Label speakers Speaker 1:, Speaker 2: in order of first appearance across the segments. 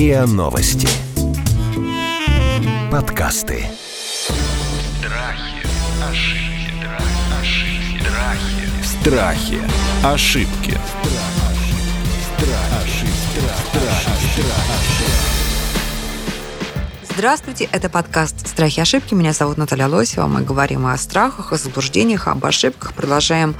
Speaker 1: РИА Новости. Подкасты. Страхи, ошибки.
Speaker 2: Здравствуйте, это подкаст «Страхи и ошибки». Меня зовут Наталья Лосева. Мы говорим о страхах, о заблуждениях, об ошибках. Продолжаем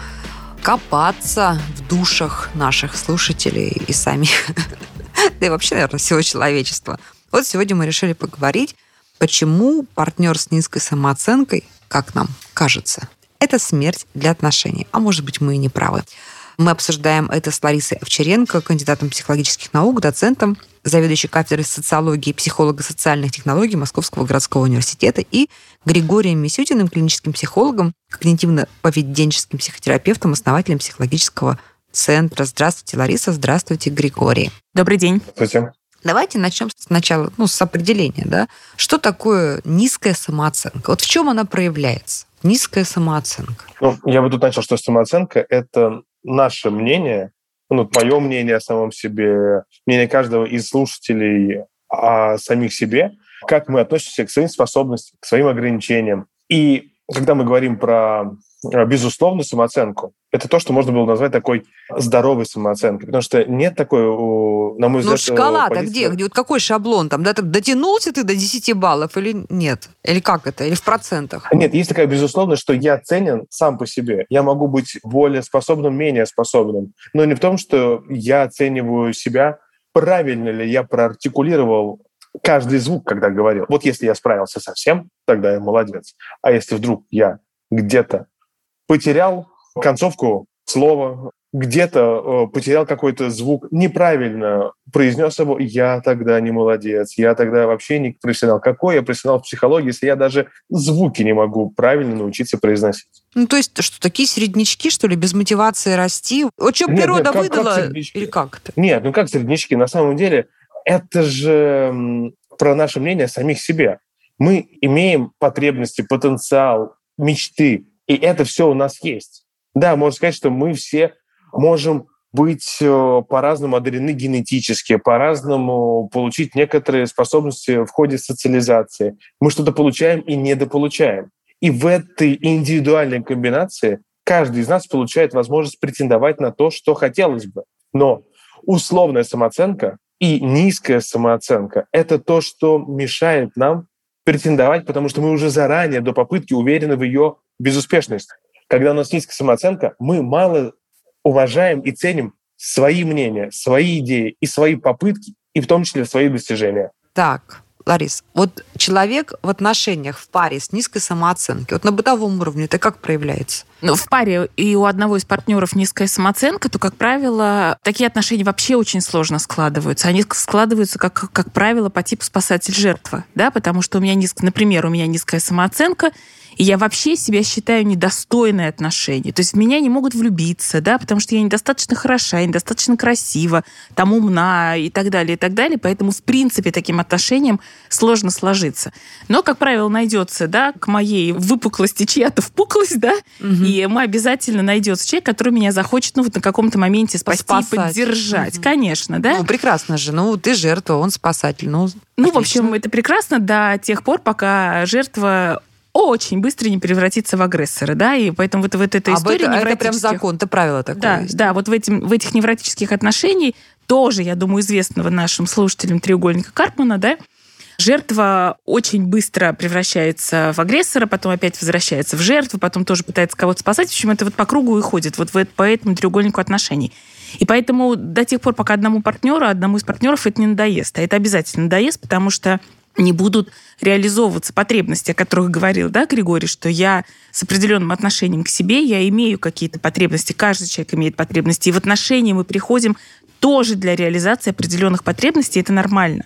Speaker 2: копаться в душах наших слушателей и самих, да и вообще, наверное, всего человечества. Вот сегодня мы решили поговорить, почему партнер с низкой самооценкой, как нам кажется, это смерть для отношений. А может быть, мы и не правы. Мы обсуждаем это с Ларисой Овчаренко, кандидатом психологических наук, доцентом, заведующей кафедрой социологии и психолого-социальных технологий Московского городского университета, и Григорием Мисютиным, клиническим психологом, когнитивно-поведенческим психотерапевтом, основателем психологического центра. Здравствуйте, Лариса. Здравствуйте, Григорий.
Speaker 3: Добрый день.
Speaker 4: Здравствуйте.
Speaker 2: Давайте начнем сначала с определения. Да? Что такое низкая самооценка? Вот в чем она проявляется? Низкая самооценка.
Speaker 4: Я бы тут начал, что самооценка — это наше мнение, мое мнение о самом себе, мнение каждого из слушателей о самих себе, как мы относимся к своим способностям, к своим ограничениям. И когда мы говорим про безусловную самооценку, это то, что можно было назвать такой здоровой самооценкой. Потому что нет такой, на мой взгляд...
Speaker 2: шкала-то где? Вот какой шаблон? Там, да, дотянулся ты до 10 баллов или нет? Или как это? Или в процентах?
Speaker 4: Нет, есть такая безусловность, что я ценен сам по себе. Я могу быть более способным, менее способным. Но не в том, что я оцениваю себя, правильно ли я проартикулировал каждый звук, когда говорил. Вот если я справился со всем, тогда я молодец. А если вдруг я где-то потерял концовку слова, где-то потерял какой-то звук, неправильно произнес его, я тогда не молодец, я тогда вообще не профессионал. Какой я профессионал в психологии, если я даже звуки не могу правильно научиться произносить?
Speaker 2: То есть что, такие середнячки, что ли, без мотивации расти? Вот что природа выдала? Или как это?
Speaker 4: Нет, как середнячки? На самом деле это же про наше мнение о самих себе. Мы имеем потребности, потенциал, мечты, и это все у нас есть. Да, можно сказать, что мы все можем быть по-разному одарены генетически, по-разному получить некоторые способности в ходе социализации. Мы что-то получаем и недополучаем. И в этой индивидуальной комбинации каждый из нас получает возможность претендовать на то, что хотелось бы. Но условная самооценка и низкая самооценка — это то, что мешает нам претендовать, потому что мы уже заранее до попытки уверены в ее безуспешности. Когда у нас низкая самооценка, мы мало уважаем и ценим свои мнения, свои идеи и свои попытки, и в том числе свои достижения.
Speaker 2: Так, Ларис, вот человек в отношениях, в паре с низкой самооценкой, вот на бытовом уровне это как проявляется?
Speaker 3: В паре и у одного из партнеров низкая самооценка, то, как правило, такие отношения вообще очень сложно складываются. Они складываются, как правило, по типу спасатель-жертва, да, потому что например, у меня низкая самооценка, и я вообще себя считаю недостойной отношений. То есть в меня не могут влюбиться, да, потому что я недостаточно хороша, недостаточно красива, там умна и так далее, и так далее. Поэтому, в принципе, таким отношениям сложно сложиться. Но, как правило, найдется, да, к моей выпуклости чья-то впуклость, да, и обязательно найдется человек, который меня захочет, на каком-то моменте спасти и поддержать. Конечно, да.
Speaker 2: Прекрасно же. ты жертва, он спасатель.
Speaker 3: В общем, это прекрасно до тех пор, пока жертва очень быстро не превратиться в агрессора, да, и поэтому вот в этой истории невротических...
Speaker 2: Это прям закон, это правило такое.
Speaker 3: Да, вот в этих невротических отношениях тоже, я думаю, известного нашим слушателям треугольника Карпмана, да, жертва очень быстро превращается в агрессора, потом опять возвращается в жертву, потом тоже пытается кого-то спасать. В общем, это по кругу и ходит, по этому треугольнику отношений. И поэтому до тех пор, пока одному из партнеров это не надоест. А это обязательно надоест, потому что не будут реализовываться потребности, о которых говорил, да, Григорий, что я с определенным отношением к себе, я имею какие-то потребности, каждый человек имеет потребности, и в отношения мы приходим тоже для реализации определенных потребностей, это нормально.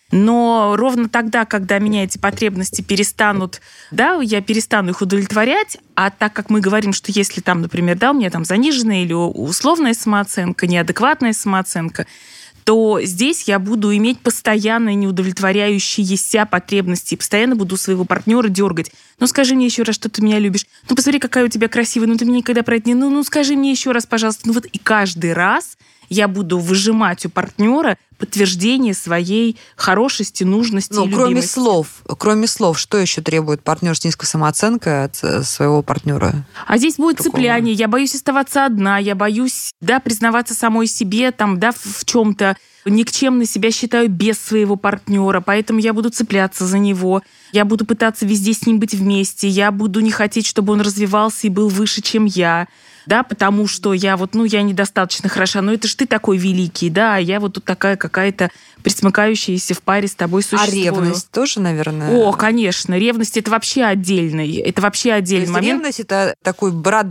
Speaker 3: Но ровно тогда, когда меня эти потребности перестанут, да, я перестану их удовлетворять, а так как мы говорим, что если там, например, да, у меня там заниженная или условная самооценка, неадекватная самооценка, то здесь я буду иметь постоянно неудовлетворяющиеся потребности, постоянно буду своего партнера дергать. Скажи мне еще раз, что ты меня любишь. Посмотри, какая у тебя красивая, ты мне никогда про это не... скажи мне еще раз, пожалуйста. И каждый раз я буду выжимать у партнера подтверждение своей хорошести, нужности и любимости.
Speaker 2: Кроме слов, что еще требует партнер с низкой самооценкой от своего партнера?
Speaker 3: А здесь будет цепляние. Я боюсь оставаться одна, я боюсь, признаваться самой себе, в чем-то. Никчемно себя считаю без своего партнера, поэтому я буду цепляться за него. Я буду пытаться везде с ним быть вместе. Я буду не хотеть, чтобы он развивался и был выше, чем я. Потому что я я недостаточно хороша. Но это ж ты такой великий, а я вот тут такая какая-то присмыкающаяся в паре с тобой существую.
Speaker 2: А ревность тоже, наверное?
Speaker 3: Конечно. Ревность — это вообще отдельный. Это вообще отдельный момент.
Speaker 2: Ревность — это такой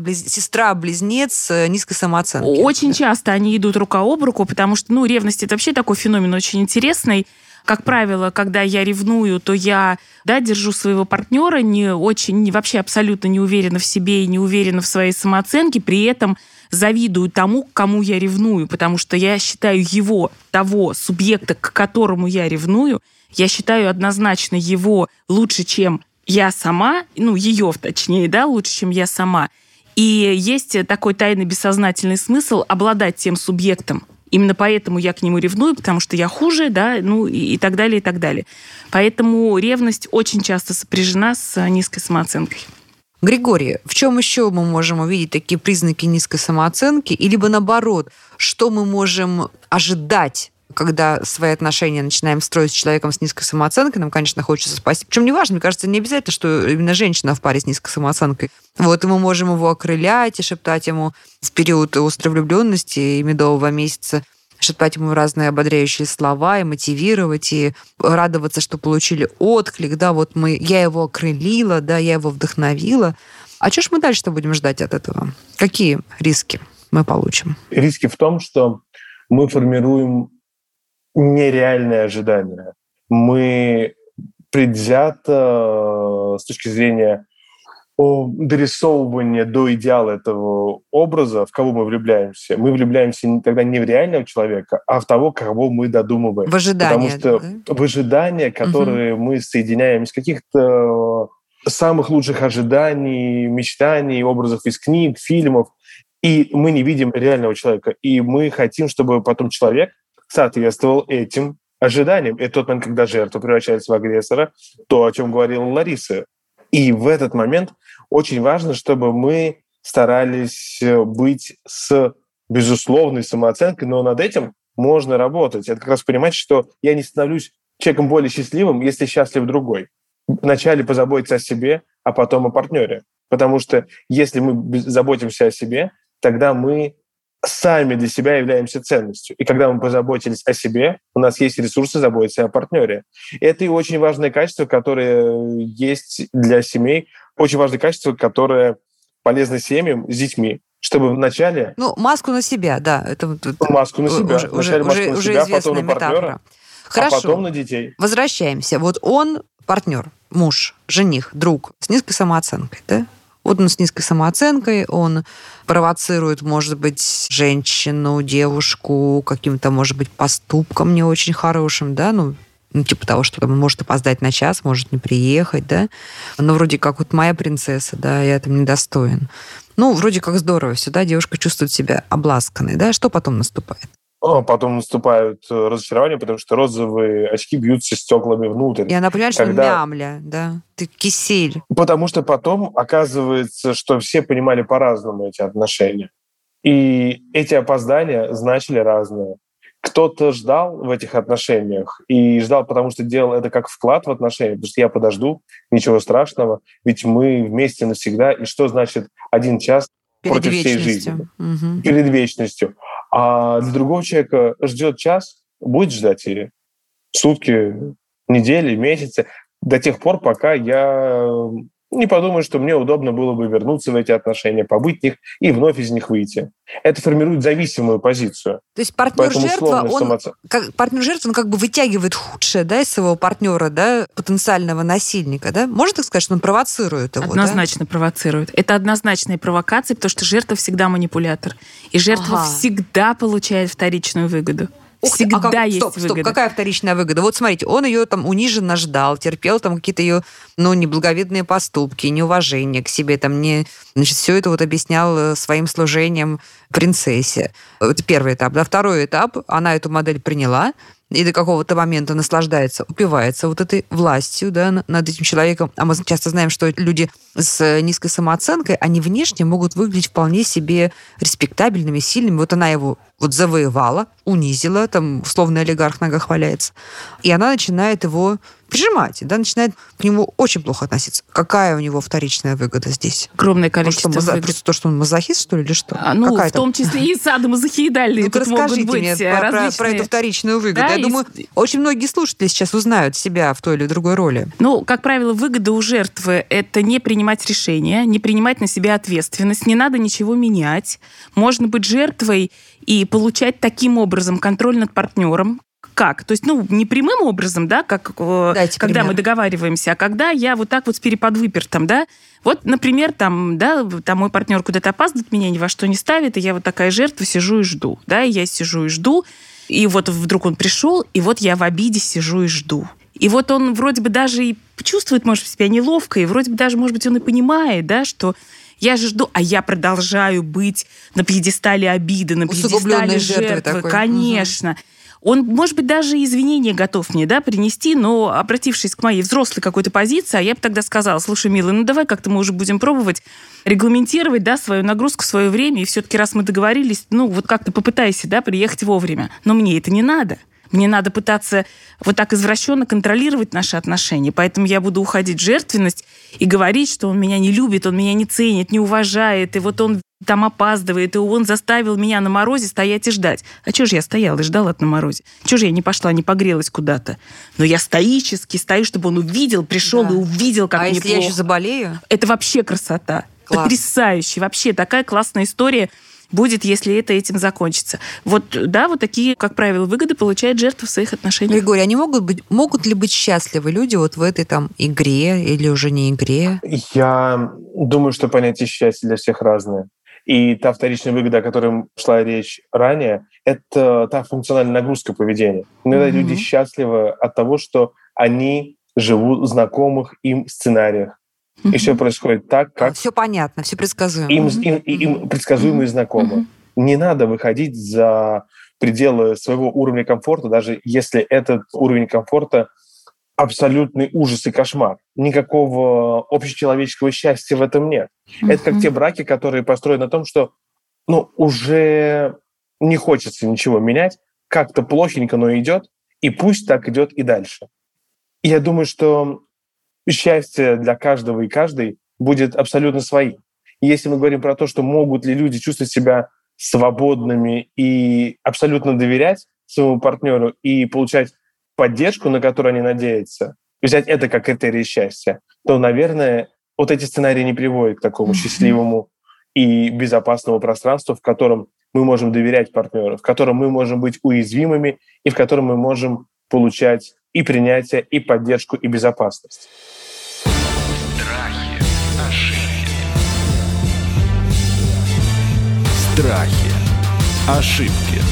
Speaker 2: сестра-близнец низкой самооценки.
Speaker 3: Очень часто они идут рука об руку, потому что, ревность — это вообще такой феномен очень интересный. Как правило, когда я ревную, то я, держу своего партнера вообще абсолютно не уверена в себе и не уверена в своей самооценке, при этом завидую тому, к кому я ревную, потому что я считаю того субъекта, к которому я ревную, я считаю однозначно его лучше, чем я сама, ее точнее, лучше, чем я сама. И есть такой тайный бессознательный смысл обладать тем субъектом. Именно поэтому я к нему ревную, потому что я хуже, и так далее, и так далее. Поэтому ревность очень часто сопряжена с низкой самооценкой.
Speaker 2: Григорий, в чем еще мы можем увидеть такие признаки низкой самооценки? И либо наоборот, что мы можем ожидать, когда свои отношения начинаем строить с человеком с низкой самооценкой? Нам, конечно, хочется спасти. Причем неважно, мне кажется, не обязательно, что именно женщина в паре с низкой самооценкой. И мы можем его окрылять и шептать ему в период острой влюбленности и медового месяца, шептать ему разные ободряющие слова и мотивировать, и радоваться, что получили отклик. Я его окрылила, я его вдохновила. А что ж мы дальше-то будем ждать от этого? Какие риски мы получим?
Speaker 4: Риски в том, что мы формируем нереальные ожидания. Мы предвзято с точки зрения дорисовывания до идеала этого образа, в кого мы влюбляемся. Мы влюбляемся тогда не в реального человека, а в того, кого мы додумываем.
Speaker 2: В ожидание.
Speaker 4: Потому что в ожидания, которые мы соединяем из каких-то самых лучших ожиданий, мечтаний, образов из книг, фильмов, и мы не видим реального человека. И мы хотим, чтобы потом человек соответствовал этим ожиданиям. Это тот момент, когда жертва превращается в агрессора, то, о чем говорила Лариса. И в этот момент очень важно, чтобы мы старались быть с безусловной самооценкой, но над этим можно работать. Это как раз понимать, что я не становлюсь человеком более счастливым, если счастлив другой. Вначале позаботиться о себе, а потом о партнере. Потому что если мы заботимся о себе, тогда мы сами для себя являемся ценностью. И когда мы позаботились о себе, у нас есть ресурсы заботиться о партнере. Это и очень важное качество, которое есть для семей, очень важное качество, которое полезно семьям с детьми, чтобы вначале...
Speaker 2: маску на себя, да.
Speaker 4: Маску на себя. Вначале маску на себя, потом на партнера,
Speaker 2: Хорошо.
Speaker 4: а потом на детей.
Speaker 2: Возвращаемся. Он партнер, муж, жених, друг с низкой самооценкой, да? Он с низкой самооценкой, он провоцирует, может быть, женщину, девушку каким-то, может быть, поступком не очень хорошим, да, типа того, что он может опоздать на час, может не приехать, да, но вроде как моя принцесса, да, я там недостоин. Вроде как здорово все, да, девушка чувствует себя обласканной, да, что потом наступает?
Speaker 4: Потом наступают разочарования, потому что розовые очки бьются стеклами внутрь.
Speaker 2: И она понимает, что мямля, да, ты кисель.
Speaker 4: Потому что потом оказывается, что все понимали по-разному эти отношения. И эти опоздания значили разное. Кто-то ждал в этих отношениях и ждал, потому что делал это как вклад в отношения, потому что я подожду, ничего страшного, ведь мы вместе навсегда. И что значит 1 час против всей жизни?
Speaker 2: Угу.
Speaker 4: Перед вечностью. А для другого человека ждет час, будет ждать и сутки, недели, месяцы, до тех пор, пока я не подумаю, что мне удобно было бы вернуться в эти отношения, побыть в них и вновь из них выйти. Это формирует зависимую позицию.
Speaker 2: То есть партнер-жертва, он как бы вытягивает худшее, да, из своего партнера, да, потенциального насильника, да? Можно так сказать, что он провоцирует его,
Speaker 3: однозначно провоцирует. Это однозначная провокация, потому что жертва всегда манипулятор. И жертва всегда получает вторичную выгоду. Всегда есть выгода.
Speaker 2: Стоп, какая вторичная выгода? Вот смотрите, он ее там униженно ждал, терпел там какие-то ее, неблаговидные поступки, неуважение к себе, там, все это вот объяснял своим служением принцессе. Это первый этап. Да, второй этап, она эту модель приняла, и до какого-то момента наслаждается, упивается вот этой властью, да, над этим человеком. А мы часто знаем, что люди с низкой самооценкой, они внешне могут выглядеть вполне себе респектабельными, сильными. Вот она его завоевала, унизила, там условный олигарх в ногах валяется, и она начинает его прижимать, да, начинает к нему очень плохо относиться. Какая у него вторичная выгода здесь?
Speaker 3: Огромное количество выгод.
Speaker 2: Просто то, что он мазохист, что ли, или что?
Speaker 3: В том числе и садомазохиидальные.
Speaker 2: Ну-ка расскажите мне про эту вторичную выгоду. Да, я думаю, очень многие слушатели сейчас узнают себя в той или другой роли.
Speaker 3: Как правило, выгода у жертвы – это не принимать решения, не принимать на себя ответственность, не надо ничего менять. Можно быть жертвой и получать таким образом контроль над партнером. Как? То есть, не прямым образом, да, как когда мы договариваемся, а когда я вот так вот с переподвыпертом, да. Вот, например, там мой партнер куда-то опаздывает, меня ни во что не ставит, и я вот такая жертва сижу и жду, да, и я сижу и жду, и вот вдруг он пришел, и вот я в обиде сижу и жду. И вот он вроде бы даже и чувствует, может, себя неловко, и вроде бы даже, может быть, он и понимает, да, что я же жду, а я продолжаю быть на пьедестале обиды, на пьедестале жертвы, конечно. Он, может быть, даже извинения готов мне, да, принести, но, обратившись к моей взрослой какой-то позиции, я бы тогда сказала: слушай, милый, давай как-то мы уже будем пробовать регламентировать, да, свою нагрузку, свое время, и все-таки раз мы договорились, вот как-то попытайся, да, приехать вовремя. Но мне это не надо. Мне надо пытаться вот так извращенно контролировать наши отношения. Поэтому я буду уходить в жертвенность и говорить, что он меня не любит, он меня не ценит, не уважает, и вот он там опаздывает, и он заставил меня на морозе стоять и ждать. А чего же я стояла и ждала на морозе? Чего же я не пошла, не погрелась куда-то? Но я стоически стою, чтобы он увидел, пришел и увидел, как мне плохо.
Speaker 2: А если я еще заболею?
Speaker 3: Это вообще красота.
Speaker 2: Класс.
Speaker 3: Потрясающе. Вообще такая классная история будет, если это этим закончится. Вот такие, как правило, выгоды получает жертва в своих отношениях.
Speaker 2: Григорий, они могут ли быть счастливы люди вот в этой там игре или уже не игре?
Speaker 4: Я думаю, что понятие счастья для всех разное. И та вторичная выгода, о которой шла речь ранее, это та функциональная нагрузка поведения. Иногда люди счастливы от того, что они живут в знакомых им сценариях. И все происходит так, как...
Speaker 2: Все понятно, все предсказуемо.
Speaker 4: Им предсказуемо и знакомо. Не надо выходить за пределы своего уровня комфорта, даже если этот уровень комфорта абсолютный ужас и кошмар. Никакого общечеловеческого счастья в этом нет. Это как те браки, которые построены на том, что уже не хочется ничего менять, как-то плохенько, но идет, и пусть так идет и дальше. И я думаю, что счастье для каждого и каждой будет абсолютно своим. И если мы говорим про то, что могут ли люди чувствовать себя свободными и абсолютно доверять своему партнеру и получать поддержку, на которую они надеются, взять это как критерий счастья, то, наверное, вот эти сценарии не приводят к такому счастливому и безопасному пространству, в котором мы можем доверять партнеру, в котором мы можем быть уязвимыми и в котором мы можем получать и принятие, и поддержку, и безопасность.
Speaker 1: Страхи, ошибки. Страхи, ошибки.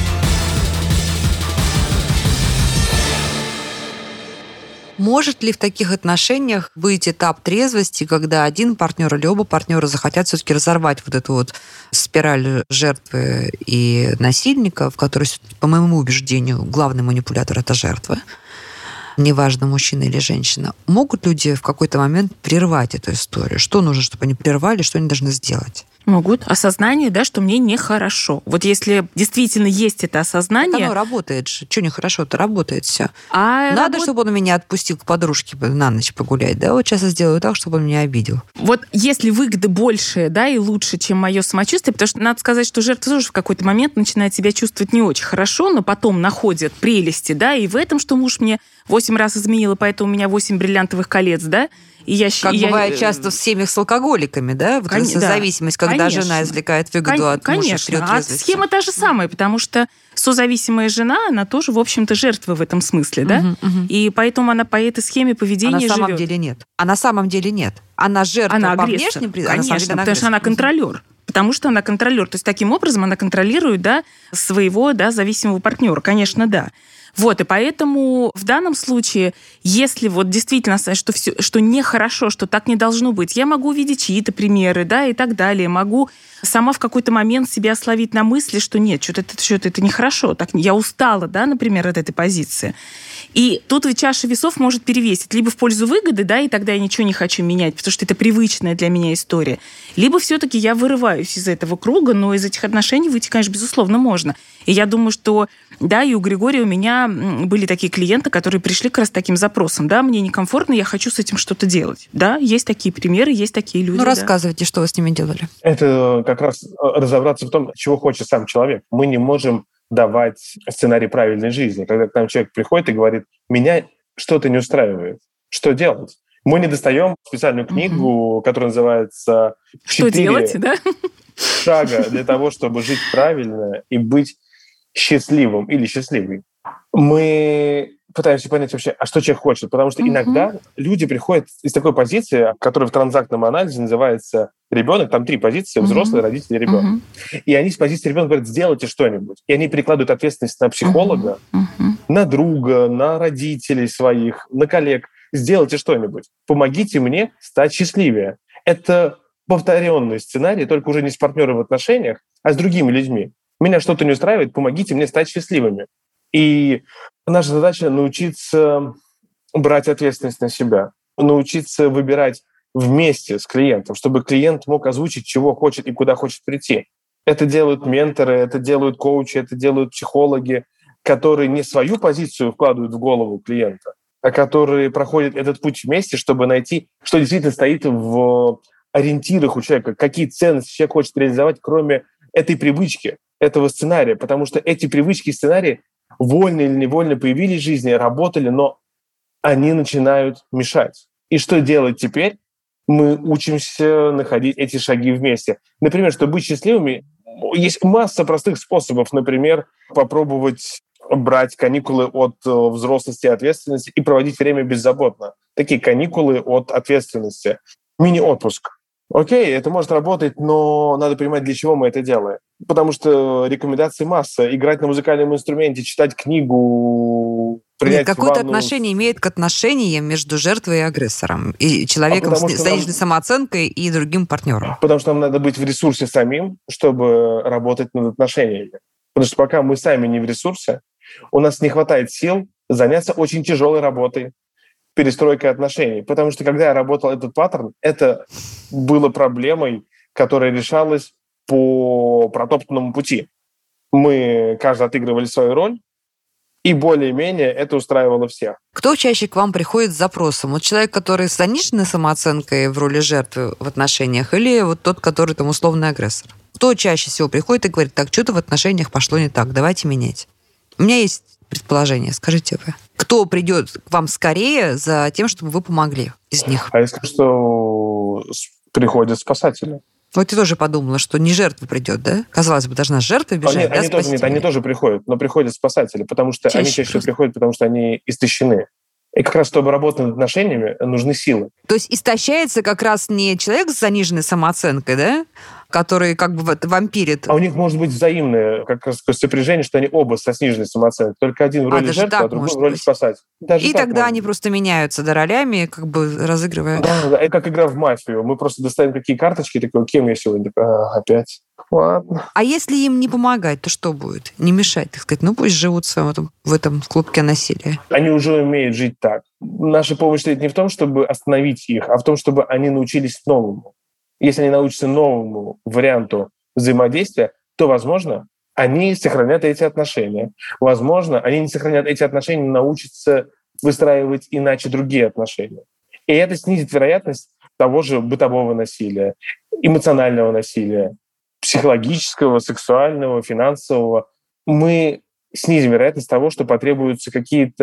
Speaker 2: Может ли в таких отношениях быть этап трезвости, когда один партнер или оба партнера захотят все-таки разорвать вот эту вот спираль жертвы и насильника, в которой, по моему убеждению, главный манипулятор – это жертва, неважно, мужчина или женщина. Могут люди в какой-то момент прервать эту историю? Что нужно, чтобы они прервали, что они должны сделать?
Speaker 3: Могут. Осознание, что мне нехорошо. Вот если действительно есть это осознание...
Speaker 2: Так оно работает же. Что нехорошо-то? Работает все. Надо, чтобы он меня отпустил к подружке на ночь погулять, да? Вот сейчас я сделаю так, чтобы он меня обидел.
Speaker 3: Вот если выгода больше, и лучше, чем мое самочувствие, потому что надо сказать, что жертва тоже в какой-то момент начинает себя чувствовать не очень хорошо, но потом находит прелести, и в этом, что муж мне 8 раз изменил, и поэтому у меня 8 бриллиантовых колец,
Speaker 2: Как бывает часто в семьях с алкоголиками, да? Вот эта зависимость, когда жена извлекает выгоду от мужа при трезвости.
Speaker 3: А схема та же самая, потому что созависимая жена, она тоже, в общем-то, жертва в этом смысле, да? И поэтому она по этой схеме поведения живет.
Speaker 2: А на самом деле нет. На самом деле нет. Она жертва по внешним признакам.
Speaker 3: Конечно, потому что она контролер. Потому что она контролер. То есть таким образом она контролирует, да, своего, да, зависимого партнера. Конечно, да. Вот, и поэтому в данном случае, если вот действительно, что нехорошо, что так не должно быть, я могу увидеть чьи-то примеры, да, и так далее, могу сама в какой-то момент себя словить на мысли, что нет, что-то это нехорошо, так, я устала, да, например, от этой позиции. И тут ведь чаша весов может перевесить либо в пользу выгоды, да, и тогда я ничего не хочу менять, потому что это привычная для меня история, либо все-таки я вырываюсь из этого круга, но из этих отношений выйти, конечно, безусловно, можно. И я думаю, что, да, и у Григория у меня были такие клиенты, которые пришли как раз с таким запросом, да, мне некомфортно, я хочу с этим что-то делать. Да, есть такие примеры, есть такие люди.
Speaker 2: Ну, рассказывайте, что вы с ними делали.
Speaker 4: Это как раз разобраться в том, чего хочет сам человек. Мы не можем давать сценарий правильной жизни. Когда к нам человек приходит и говорит, меня что-то не устраивает, что делать? Мы не достаем специальную книгу, которая называется
Speaker 3: «Что делать?», да?
Speaker 4: шага для того, чтобы жить правильно и быть счастливым или счастливой. Мы пытаемся понять вообще, а что человек хочет. Потому что иногда люди приходят из такой позиции, которая в транзактном анализе называется ребенок. Там 3 позиции: взрослый, родитель и ребенок. И они с позиции ребенка говорят, сделайте что-нибудь. И они перекладывают ответственность на психолога, на друга, на родителей своих, на коллег. Сделайте что-нибудь. Помогите мне стать счастливее. Это повторенный сценарий, только уже не с партнером в отношениях, а с другими людьми. Меня что-то не устраивает, помогите мне стать счастливыми. И наша задача научиться брать ответственность на себя, научиться выбирать вместе с клиентом, чтобы клиент мог озвучить, чего хочет и куда хочет прийти. Это делают менторы, это делают коучи, это делают психологи, которые не свою позицию вкладывают в голову клиента, а которые проходят этот путь вместе, чтобы найти, что действительно стоит в ориентирах у человека, какие ценности человек хочет реализовать, кроме этой привычки, этого сценария. Потому что эти привычки и сценарии вольно или невольно появились в жизни, работали, но они начинают мешать. И что делать теперь? Мы учимся находить эти шаги вместе. Например, чтобы быть счастливыми, есть масса простых способов. Например, попробовать брать каникулы от взрослости и ответственности и проводить время беззаботно. Такие каникулы от ответственности. Мини-отпуск. Окей, это может работать, но надо понимать, для чего мы это делаем. Потому что рекомендаций масса. Играть на музыкальном инструменте, читать книгу, принять ванну.
Speaker 2: Какое-то отношение имеет к отношениям между жертвой и агрессором, и человеком с заниженной самооценкой и другим партнером.
Speaker 4: Потому что нам надо быть в ресурсе самим, чтобы работать над отношениями. Потому что пока мы сами не в ресурсе, у нас не хватает сил заняться очень тяжелой работой, перестройкой отношений. Потому что когда я работал этот паттерн, это было проблемой, которая решалась по протоптанному пути. Мы каждый отыгрывали свою роль, и более-менее это устраивало всех.
Speaker 2: Кто чаще к вам приходит с запросом? Вот человек, который с заниженной самооценкой в роли жертвы в отношениях, или вот тот, который там условный агрессор? Кто чаще всего приходит и говорит, так, что-то в отношениях пошло не так, давайте менять? У меня есть предположение, скажите вы. Кто придет к вам скорее за тем, чтобы вы помогли из них?
Speaker 4: А я скажу, что приходят спасатели.
Speaker 2: Вот я тоже подумала, что не жертва придет, да? Казалось бы, должна жертва бежать,
Speaker 4: они тоже приходят, но приходят спасатели, потому что они чаще всего приходят, потому что они истощены. И как раз, чтобы работать над отношениями, нужны силы.
Speaker 2: То есть истощается как раз не человек с заниженной самооценкой, да? Который как бы вампирит.
Speaker 4: А у них может быть взаимное как раз сопряжение, что они оба со сниженной самооценкой. Только один в роли жертвы, а другой в роли спасателя.
Speaker 2: И тогда они просто меняются, да, ролями, как бы разыгрывая.
Speaker 4: Да, это как игра в мафию. Мы просто достаем какие карточки, такой, кем я сегодня? Опять. Ладно.
Speaker 2: А если им не помогать, то что будет? Не мешать, так сказать. Ну, пусть живут в этом клубке насилия.
Speaker 4: Они уже умеют жить так. Наша помощь стоит не в том, чтобы остановить их, а в том, чтобы они научились новому. Если они научатся новому варианту взаимодействия, то, возможно, они сохранят эти отношения. Возможно, они не сохранят эти отношения, но научатся выстраивать иначе другие отношения. И это снизит вероятность того же бытового насилия, эмоционального насилия, психологического, сексуального, финансового. Мы снизим вероятность того, что потребуются какие-то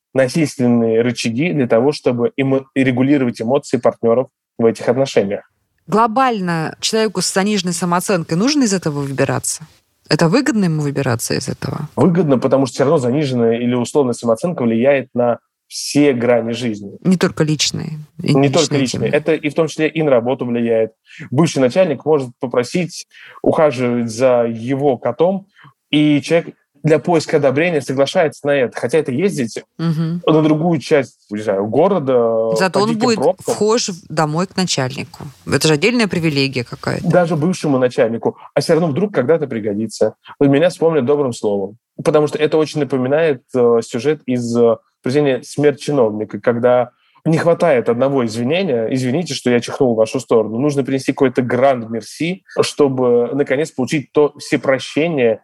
Speaker 4: насильственные рычаги для того, чтобы регулировать эмоции партнеров в этих отношениях.
Speaker 2: Глобально человеку с заниженной самооценкой нужно из этого выбираться? Это выгодно ему выбираться из этого?
Speaker 4: Выгодно, потому что все равно заниженная или условная самооценка влияет на все грани жизни.
Speaker 2: Не только личные.
Speaker 4: Не только личные. Это и в том числе и на работу влияет. Бывший начальник может попросить ухаживать за его котом, и человек для поиска одобрения соглашается на это. Хотя это ездить на другую часть, не знаю, города.
Speaker 2: Зато он будет вхож домой к начальнику. Это же отдельная привилегия какая-то.
Speaker 4: Даже бывшему начальнику. А все равно вдруг когда-то пригодится. Меня вспомнят добрым словом. Потому что это очень напоминает сюжет из произведения «Смерть чиновника», когда не хватает одного извинения. Извините, что я чихнул в вашу сторону. Нужно принести какой-то гранд-мерси, чтобы, наконец, получить то всепрощение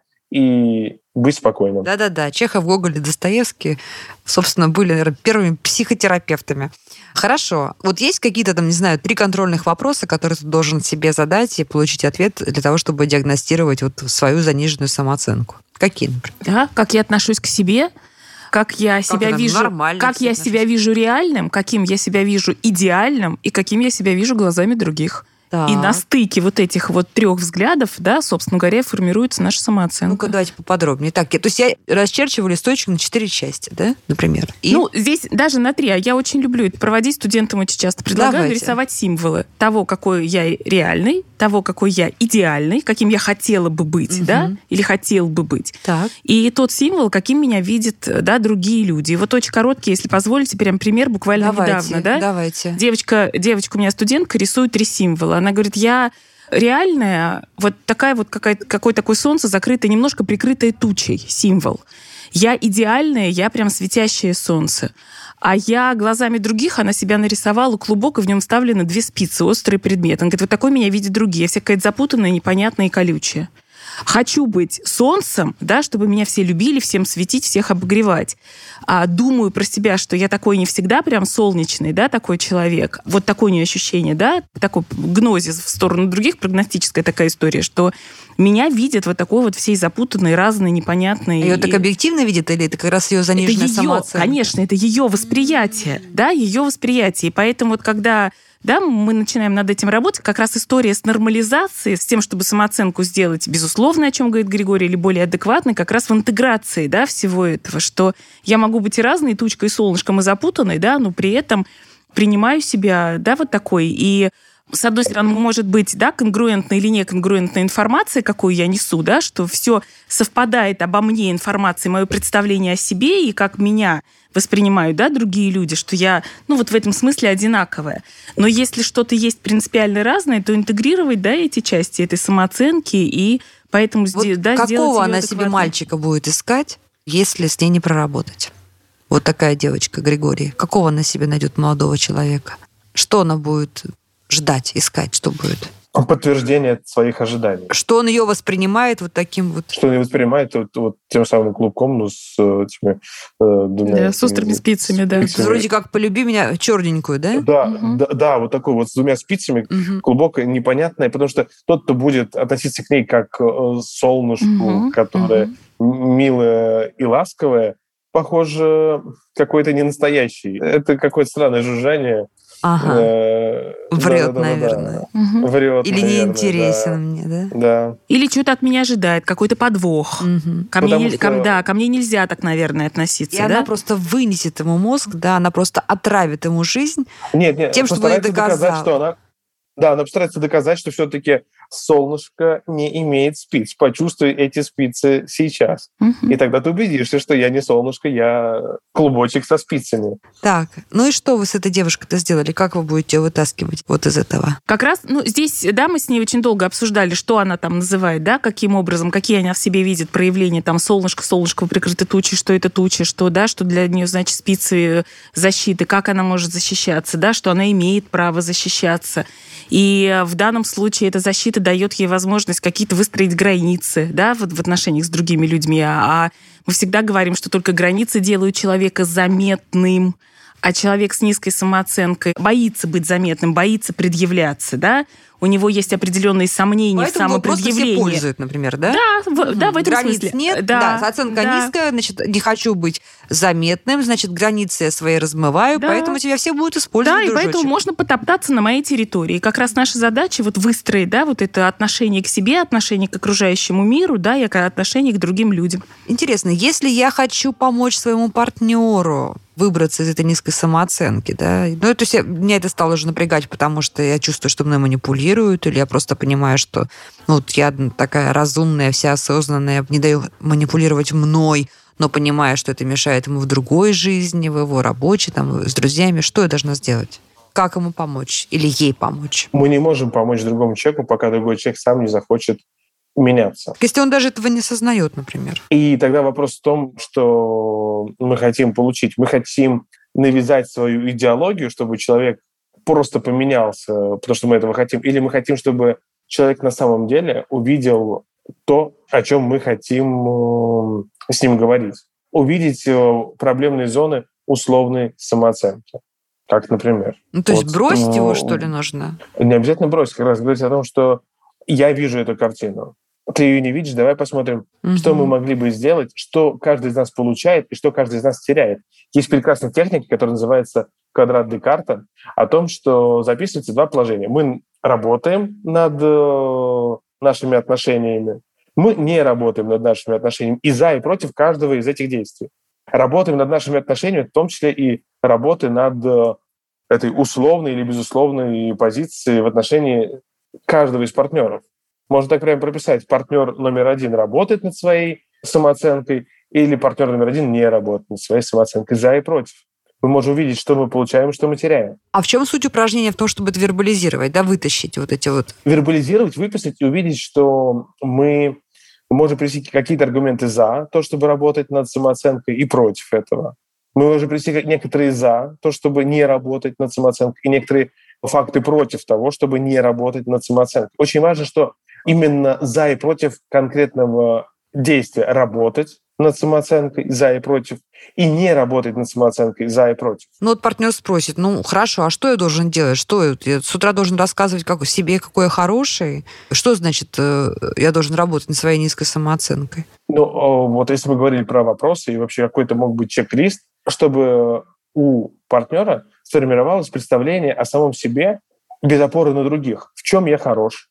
Speaker 4: и быть спокойным.
Speaker 2: Да-да-да. Чехов, Гоголь и Достоевский, собственно, были, наверное, первыми психотерапевтами. Хорошо. Вот есть какие-то, там, не знаю, 3 контрольных вопроса, которые ты должен себе задать и получить ответ для того, чтобы диагностировать вот свою заниженную самооценку? Какие, например?
Speaker 3: Да, как я отношусь к себе, как я себя вижу, как я себя вижу реальным, каким я себя вижу идеальным и каким я себя вижу глазами других.
Speaker 2: Так.
Speaker 3: И на стыке вот этих вот 3 взглядов, да, собственно говоря, формируется наша самооценка.
Speaker 2: Ну-ка, давайте поподробнее. Так, то есть я расчерчиваю листочек на 4 части, да, например? И...
Speaker 3: Ну, здесь даже на 3. А я очень люблю это проводить студентам очень часто. Предлагаю нарисовать символы того, какой я реальный, того, какой я идеальный, каким я хотела бы быть, да, или хотел бы быть.
Speaker 2: Так.
Speaker 3: И тот символ, каким меня видят, да, другие люди. И вот очень короткий, если позволите, прям пример буквально недавно, да?
Speaker 2: Давайте.
Speaker 3: Девочка у меня студентка рисует 3 символа. Она говорит, я реальная, вот такая вот какое такое солнце закрытое, немножко прикрытое тучей символ. Я идеальная, я прям светящее солнце. А я глазами других, она себя нарисовала клубок, и в нем вставлены 2 спицы, острые предметы. Она говорит, вот такой меня видят другие. Я вся какая-то запутанная, непонятная и колючая. Хочу быть солнцем, да, чтобы меня все любили, всем светить, всех обогревать. А думаю про себя, что я такой не всегда прям солнечный, да, такой человек. Вот такое у нее ощущение, да, такой гнозис в сторону других, прогностическая такая история, что меня видят вот такой вот всей запутанной, разной, непонятной.
Speaker 2: Ее так объективно видят, или это как раз ее заниженная самооценка?
Speaker 3: Конечно, это ее восприятие, да, ее восприятие. И поэтому вот когда... Да, мы начинаем над этим работать. Как раз история с нормализацией, с тем, чтобы самооценку сделать, безусловно, о чем говорит Григорий, или более адекватной, как раз в интеграции, да, всего этого, что я могу быть и разной, и тучкой, и солнышком, и запутанной, да, но при этом принимаю себя, да, вот такой. И с одной стороны, может быть, да, конгруентная или неконгруентная информация, какую я несу, да, что все совпадает обо мне информация, мое представление о себе и как меня воспринимают, да, другие люди, что я, ну, вот в этом смысле одинаковая. Но если что-то есть принципиально разное, то интегрировать, да, эти части этой самооценки и поэтому
Speaker 2: вот
Speaker 3: да,
Speaker 2: какого она себе мальчика будет искать, если с ней не проработать? Вот такая девочка, Григорий. Какого она себе найдет молодого человека? Что она будет ждать, искать, что будет?
Speaker 4: Подтверждение своих ожиданий.
Speaker 2: Что он ее воспринимает вот таким вот...
Speaker 4: Что он ее воспринимает вот тем самым клубком, ну, с этими 2...
Speaker 3: Да, с острыми спицами, да.
Speaker 2: Вроде как «полюби меня» черненькую, да?
Speaker 4: Да, вот такой вот с 2 спицами, клубок непонятное, потому что тот, кто будет относиться к ней как к солнышку, которое милое и ласковое, похоже, какой-то ненастоящий. Это какое-то странное жужжание.
Speaker 2: Врет, наверное.
Speaker 4: Врет,
Speaker 2: или неинтересен мне, да?
Speaker 4: Да.
Speaker 3: Или что-то от меня ожидает, какой-то подвох. Ко мне нельзя так, наверное, относиться.
Speaker 2: И она просто вынесет ему мозг, да, она просто отравит ему жизнь тем, чтобы не доказала.
Speaker 4: Она постарается доказать, что все-таки солнышко не имеет спиц. Почувствуй эти спицы сейчас. И тогда ты убедишься, что я не солнышко, я клубочек со спицами.
Speaker 2: Так, ну и что вы с этой девушкой-то сделали? Как вы будете вытаскивать вот из этого?
Speaker 3: Как раз, здесь, да, мы с ней очень долго обсуждали, что она там называет, да, каким образом, какие она в себе видит проявления, там, солнышко прикрыто тучей, что это туча, что, да, что для нее, значит, спицы защиты, как она может защищаться, да, что она имеет право защищаться. И в данном случае эта защита дает ей возможность какие-то выстроить границы, да, в отношениях с другими людьми. А мы всегда говорим, что только границы делают человека заметным, а человек с низкой самооценкой боится быть заметным, боится предъявляться, да. у него есть определенные сомнения в
Speaker 2: Поэтому просто
Speaker 3: самопредъявлении.
Speaker 2: все пользуют, например, да?
Speaker 3: Да, в этом
Speaker 2: Границ
Speaker 3: смысле.
Speaker 2: нет, да, оценка низкая, значит, не хочу быть заметным, значит, границы я свои размываю,
Speaker 3: Да.
Speaker 2: поэтому тебя все будут
Speaker 3: Да,
Speaker 2: использовать,
Speaker 3: и
Speaker 2: дружочек.
Speaker 3: поэтому можно потоптаться на моей территории. И как раз наша задача вот выстроить, да, вот это отношение к себе, отношение к окружающему миру, да, и отношение к другим людям.
Speaker 2: Интересно, если я хочу помочь своему партнеру выбраться из этой низкой самооценки, да, ну, то есть меня это стало уже напрягать, потому что я чувствую, что мной манипулируют, или я просто понимаю, что ну, вот я такая разумная, вся осознанная, не даю манипулировать мной, но понимаю, что это мешает ему в другой жизни, в его рабочей, там, с друзьями. Что я должна сделать? Как ему помочь? Или ей помочь?
Speaker 4: Мы не можем помочь другому человеку, пока другой человек сам не захочет меняться.
Speaker 2: Если он даже этого не осознает, например.
Speaker 4: И тогда вопрос в том, что мы хотим получить. Мы хотим навязать свою идеологию, чтобы человек просто поменялся, потому что мы этого хотим. Или мы хотим, чтобы человек на самом деле увидел то, о чем мы хотим с ним говорить. Увидеть проблемные зоны условной самооценки. Как, например.
Speaker 2: Ну, то есть бросить его, что ли, нужно?
Speaker 4: Не обязательно бросить. Как раз говорить о том, что я вижу эту картину. Ты ее не видишь, давай посмотрим, что мы могли бы сделать, что каждый из нас получает и что каждый из нас теряет. Есть прекрасная техника, которая называется квадрат Декарта, о том, что записываются два положения. Мы работаем над нашими отношениями, мы не работаем над нашими отношениями и за, и против каждого из этих действий. Работаем над нашими отношениями, в том числе и работы над этой условной или безусловной позицией в отношении каждого из партнеров. Можно так прямо прописать. Партнер номер один работает над своей самооценкой или партнер номер один не работает над своей самооценкой. За и против. Мы можем увидеть, что мы получаем, что мы теряем.
Speaker 2: А в чем суть упражнения в том, чтобы это вербализировать, да, вытащить вот эти вот...
Speaker 4: Вербализировать, выписать и увидеть, что мы можем привести какие-то аргументы за то, чтобы работать над самооценкой, и против этого. Мы можем привести некоторые за то, чтобы не работать над самооценкой, и некоторые факты против того, чтобы не работать над самооценкой. Очень важно, что именно за и против конкретного действия работать над самооценкой, за и против, и не работать над самооценкой, за и против.
Speaker 2: Ну вот партнер спросит, ну хорошо, а что я должен делать? Что я с утра должен рассказывать как себе, какой я хороший? Что значит, я должен работать над своей низкой самооценкой?
Speaker 4: Ну вот если мы говорили про вопросы, и вообще какой-то мог быть чек-лист, чтобы у партнера сформировалось представление о самом себе без опоры на других. В чем я хорош?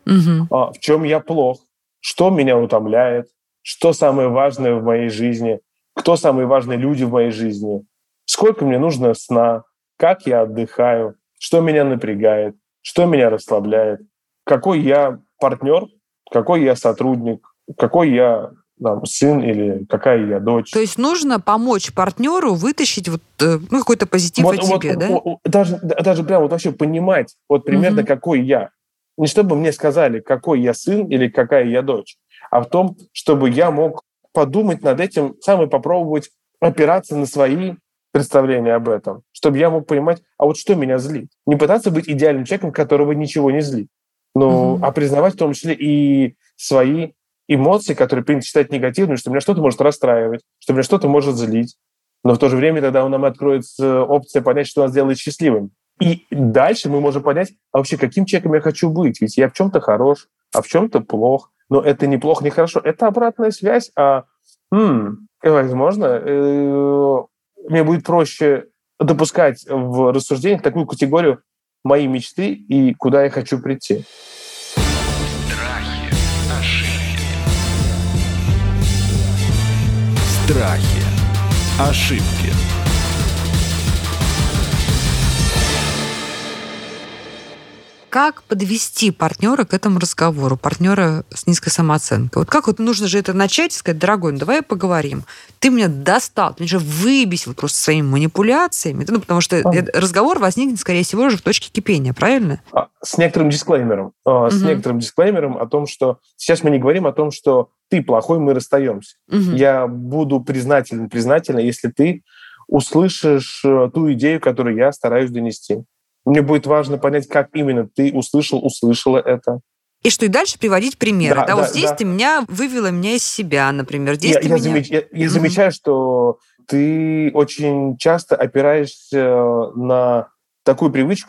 Speaker 4: В чем я плох, что меня утомляет, что самое важное в моей жизни, кто самые важные люди в моей жизни, сколько мне нужно сна, как я отдыхаю, что меня напрягает, что меня расслабляет, какой я партнер, какой я сотрудник, какой я сын или какая я дочь.
Speaker 2: То есть нужно помочь партнеру вытащить вот, какой-то позитив о тебе, да?
Speaker 4: Даже прямо вот вообще понимать вот примерно какой я. Не чтобы мне сказали, какой я сын или какая я дочь, а в том, чтобы я мог подумать над этим, сам и попробовать опираться на свои представления об этом, чтобы я мог понимать, а вот что меня злит. Не пытаться быть идеальным человеком, которого ничего не злит, а признавать в том числе и свои эмоции, которые принято считать негативными, что меня что-то может расстраивать, что меня что-то может злить. Но в то же время тогда нам откроется опция понять, что нас делает счастливым. И дальше мы можем понять, а вообще каким человеком я хочу быть. Ведь я в чем-то хорош, а в чем-то плох. Но это не плохо, не хорошо. Это обратная связь. Возможно, мне будет проще допускать в рассуждениях такую категорию «мои мечты» и «куда я хочу прийти».
Speaker 1: Страхи, ошибки. Страхи, ошибки.
Speaker 2: Как подвести партнера к этому разговору, партнера с низкой самооценкой? Вот как вот нужно же это начать и сказать, дорогой, ну давай поговорим. Ты меня достал, ты меня же выбесил просто своими манипуляциями. Ну, потому что разговор возникнет, скорее всего, уже в точке кипения, правильно?
Speaker 4: С некоторым дисклеймером. С некоторым дисклеймером о том, что сейчас мы не говорим о том, что ты плохой, мы расстаемся. Я буду признательна, если ты услышишь ту идею, которую я стараюсь донести. Мне будет важно понять, как именно ты услышала это.
Speaker 2: И что, и дальше приводить примеры.
Speaker 4: Да,
Speaker 2: вот здесь ты вывела меня из себя, например. Здесь
Speaker 4: я замечаю, что ты очень часто опираешься на такую привычку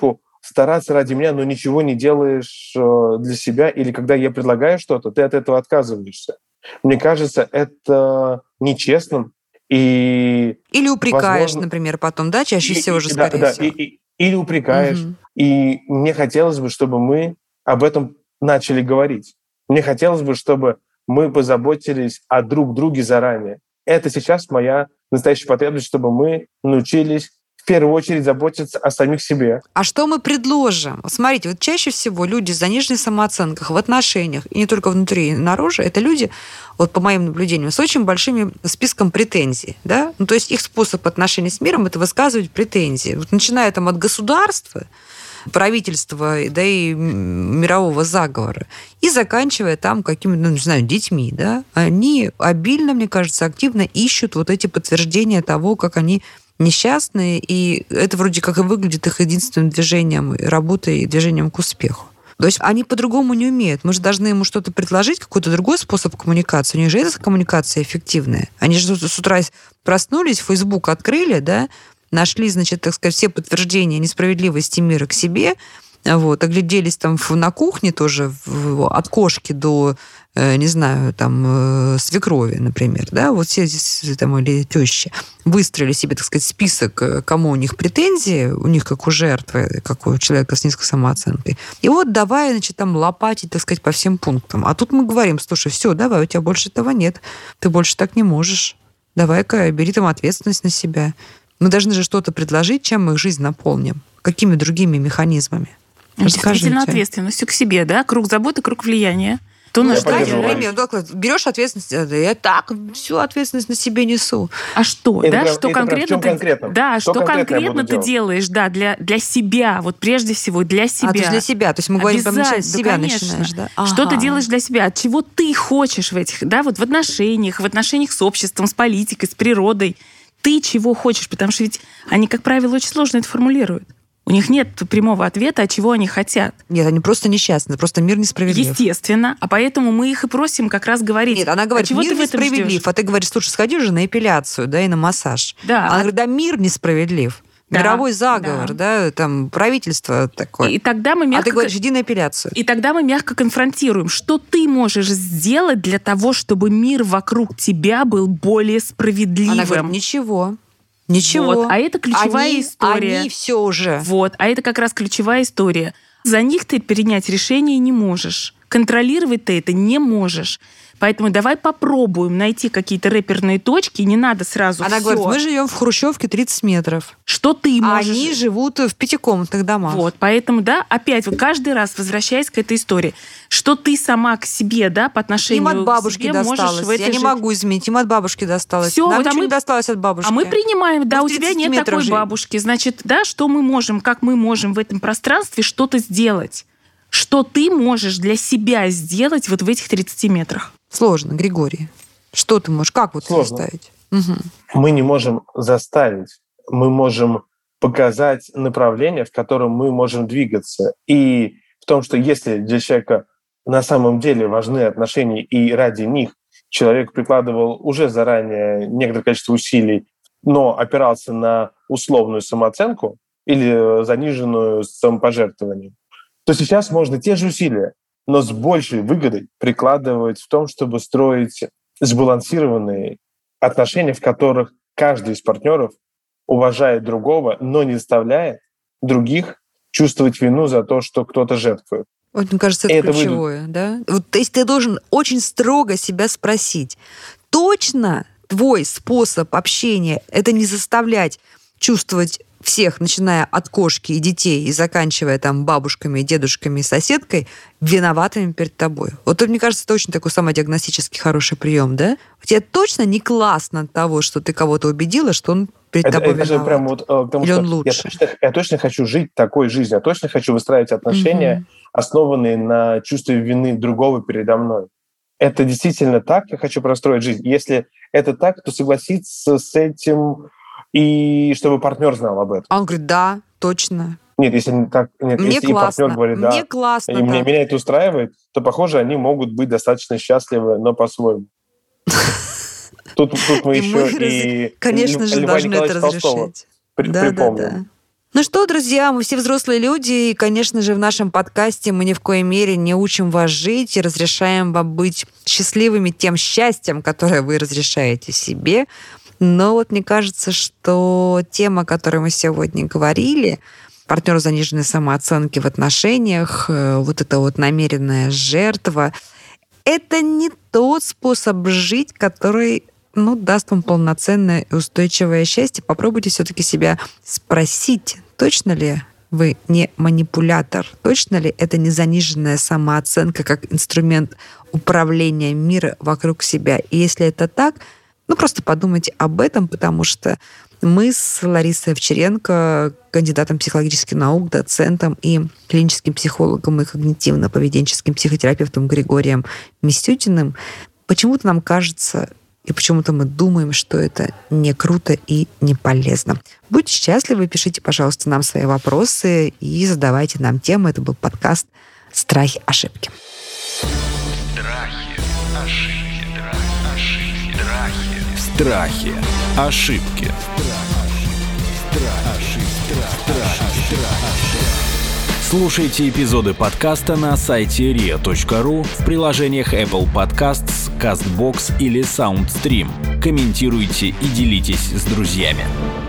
Speaker 4: стараться ради меня, но ничего не делаешь для себя, или когда я предлагаю что-то, ты от этого отказываешься. Мне кажется, это нечестным. И,
Speaker 2: или упрекаешь,
Speaker 4: возможно,
Speaker 2: например, потом, да, чаще всего же, скорее всего.
Speaker 4: Или упрекаешь. Угу. И мне хотелось бы, чтобы мы об этом начали говорить. Мне хотелось бы, чтобы мы позаботились о друг друге заранее. Это сейчас моя настоящая потребность, чтобы мы научились в первую очередь заботиться о самих себе.
Speaker 2: А что мы предложим? Смотрите, вот чаще всего люди с заниженной самооценкой в отношениях, и не только внутри, и наружу, это люди, вот по моим наблюдениям, с очень большим списком претензий. Да? Ну, то есть их способ отношений с миром – это высказывать претензии. Вот начиная там от государства, правительства, да и мирового заговора, и заканчивая там какими-то, не знаю, детьми, да, они обильно, мне кажется, активно ищут вот эти подтверждения того, как они несчастные, и это вроде как и выглядит их единственным движением, работой и движением к успеху. То есть они по-другому не умеют. Мы же должны ему что-то предложить, какой-то другой способ коммуникации. У них же эта коммуникация эффективная. Они же с утра проснулись, Facebook открыли, да, нашли, значит, так сказать, все подтверждения несправедливости мира к себе, вот, огляделись там на кухне тоже от кошки до, не знаю, там, свекрови, например, да, вот все здесь там, или тещи, выстроили себе, так сказать, список, кому у них претензии, у них как у жертвы, как у человека с низкой самооценкой. И вот давай, значит, там лопатить, так сказать, по всем пунктам. А тут мы говорим, слушай, все, давай, у тебя больше этого нет, ты больше так не можешь, давай-ка бери там ответственность на себя. Мы должны же что-то предложить, чем мы их жизнь наполним, какими другими механизмами.
Speaker 3: Действительно, ответственностью к себе, да? Круг заботы, круг влияния.
Speaker 2: Берешь ответственность, я так всю ответственность на себе несу.
Speaker 3: А что, да? Что
Speaker 4: конкретно
Speaker 3: ты делаешь, да, для себя, вот прежде всего для себя.
Speaker 2: А, то есть для себя, то есть мы говорим, с себя начинаешь, да?
Speaker 3: Ага. Что ты делаешь для себя, от чего ты хочешь в этих, да, вот в отношениях с обществом, с политикой, с природой. Ты чего хочешь, потому что ведь они, как правило, очень сложно это формулируют. У них нет прямого ответа, чего они хотят.
Speaker 2: Нет, они просто несчастны, просто мир несправедлив.
Speaker 3: Естественно. А поэтому мы их и просим как раз говорить.
Speaker 2: Нет, она говорит, мир несправедлив. А ты говоришь, слушай, сходи же на эпиляцию, да, и на массаж.
Speaker 3: Да.
Speaker 2: Она говорит, да, мир несправедлив. Да, мировой заговор, да, там правительство такое.
Speaker 3: И тогда мы
Speaker 2: А ты говоришь, иди на эпиляцию.
Speaker 3: И тогда мы мягко конфронтируем, что ты можешь сделать для того, чтобы мир вокруг тебя был более справедливым.
Speaker 2: Она говорит, ничего.
Speaker 3: Вот. А это ключевая история.
Speaker 2: Они все уже.
Speaker 3: Вот. А это как раз ключевая история. За них ты принять решение не можешь. Контролировать ты это не можешь. Поэтому давай попробуем найти какие-то реперные точки, не надо сразу
Speaker 2: Она говорит, мы живем в хрущевке 30 метров.
Speaker 3: Что ты можешь...
Speaker 2: А они живут в пятикомнатных домах.
Speaker 3: Вот, поэтому, да, опять, вот каждый раз возвращаясь к этой истории, что ты сама к себе, да, по отношению
Speaker 2: к себе. Им от бабушки досталось. Я не могу изменить, им от бабушки досталось.
Speaker 3: Всё,
Speaker 2: нам ничего не досталось от бабушки.
Speaker 3: А мы принимаем, да, у тебя нет такой бабушки. Значит, да, что мы можем, как мы можем в этом пространстве что-то сделать? Что ты можешь для себя сделать вот в этих 30 метрах?
Speaker 2: Сложно, Григорий. Что ты можешь? Как вот заставить? Угу.
Speaker 4: Мы не можем заставить. Мы можем показать направление, в котором мы можем двигаться. И в том, что если для человека на самом деле важны отношения, и ради них человек прикладывал уже заранее некоторое количество усилий, но опирался на условную самооценку или заниженную самопожертвование, то сейчас можно те же усилия, но с большей выгодой прикладывать в том, чтобы строить сбалансированные отношения, в которых каждый из партнеров уважает другого, но не заставляет других чувствовать вину за то, что кто-то жертвует.
Speaker 2: Вот, мне кажется, это ключевое, да? Вот, то есть ты должен очень строго себя спросить, точно твой способ общения — это не заставлять чувствовать всех, начиная от кошки и детей и заканчивая там бабушками, дедушками и соседкой, виноватыми перед тобой. Вот мне кажется, это очень такой самодиагностический хороший прием, да? Тебе точно не классно от того, что ты кого-то убедила, что он перед тобой виноват.
Speaker 4: Это прям вот, потому
Speaker 2: или
Speaker 4: что
Speaker 2: он лучше.
Speaker 4: Я точно хочу жить такой жизнью, я точно хочу выстраивать отношения, основанные на чувстве вины другого передо мной. Это действительно так, я хочу простроить жизнь. Если это так, то согласиться с этим, и чтобы партнер знал об этом.
Speaker 2: А он говорит, да, точно.
Speaker 4: Нет, если так, нет,
Speaker 2: мне
Speaker 4: если
Speaker 2: классно.
Speaker 4: И партнер говорит, да,
Speaker 2: мне классно,
Speaker 4: и меня это устраивает, то, похоже, они могут быть достаточно счастливы, но по-своему. Тут мы еще и
Speaker 2: конечно же, должны это разрешать.
Speaker 4: припомним.
Speaker 2: Ну что, друзья, мы все взрослые люди, и, конечно же, в нашем подкасте мы ни в коей мере не учим вас жить и разрешаем вам быть счастливыми тем счастьем, которое вы разрешаете себе. Но вот мне кажется, что тема, о которой мы сегодня говорили, партнеру заниженной самооценки в отношениях, вот эта вот намеренная жертва, это не тот способ жить, который даст вам полноценное и устойчивое счастье. Попробуйте все-таки себя спросить, точно ли вы не манипулятор, точно ли это не заниженная самооценка как инструмент управления мира вокруг себя. И если это так, просто подумайте об этом, потому что мы с Ларисой Овчаренко, кандидатом психологических наук, доцентом и клиническим психологом и когнитивно-поведенческим психотерапевтом Григорием Мисютиным, почему-то нам кажется, и почему-то мы думаем, что это не круто и не полезно. Будьте счастливы, пишите, пожалуйста, нам свои вопросы и задавайте нам темы. Это был подкаст «Страхи, ошибки».
Speaker 1: Страхи, ошибки. Слушайте эпизоды подкаста на сайте ria.ru, в приложениях Apple Podcasts, CastBox или SoundStream. Комментируйте и делитесь с друзьями.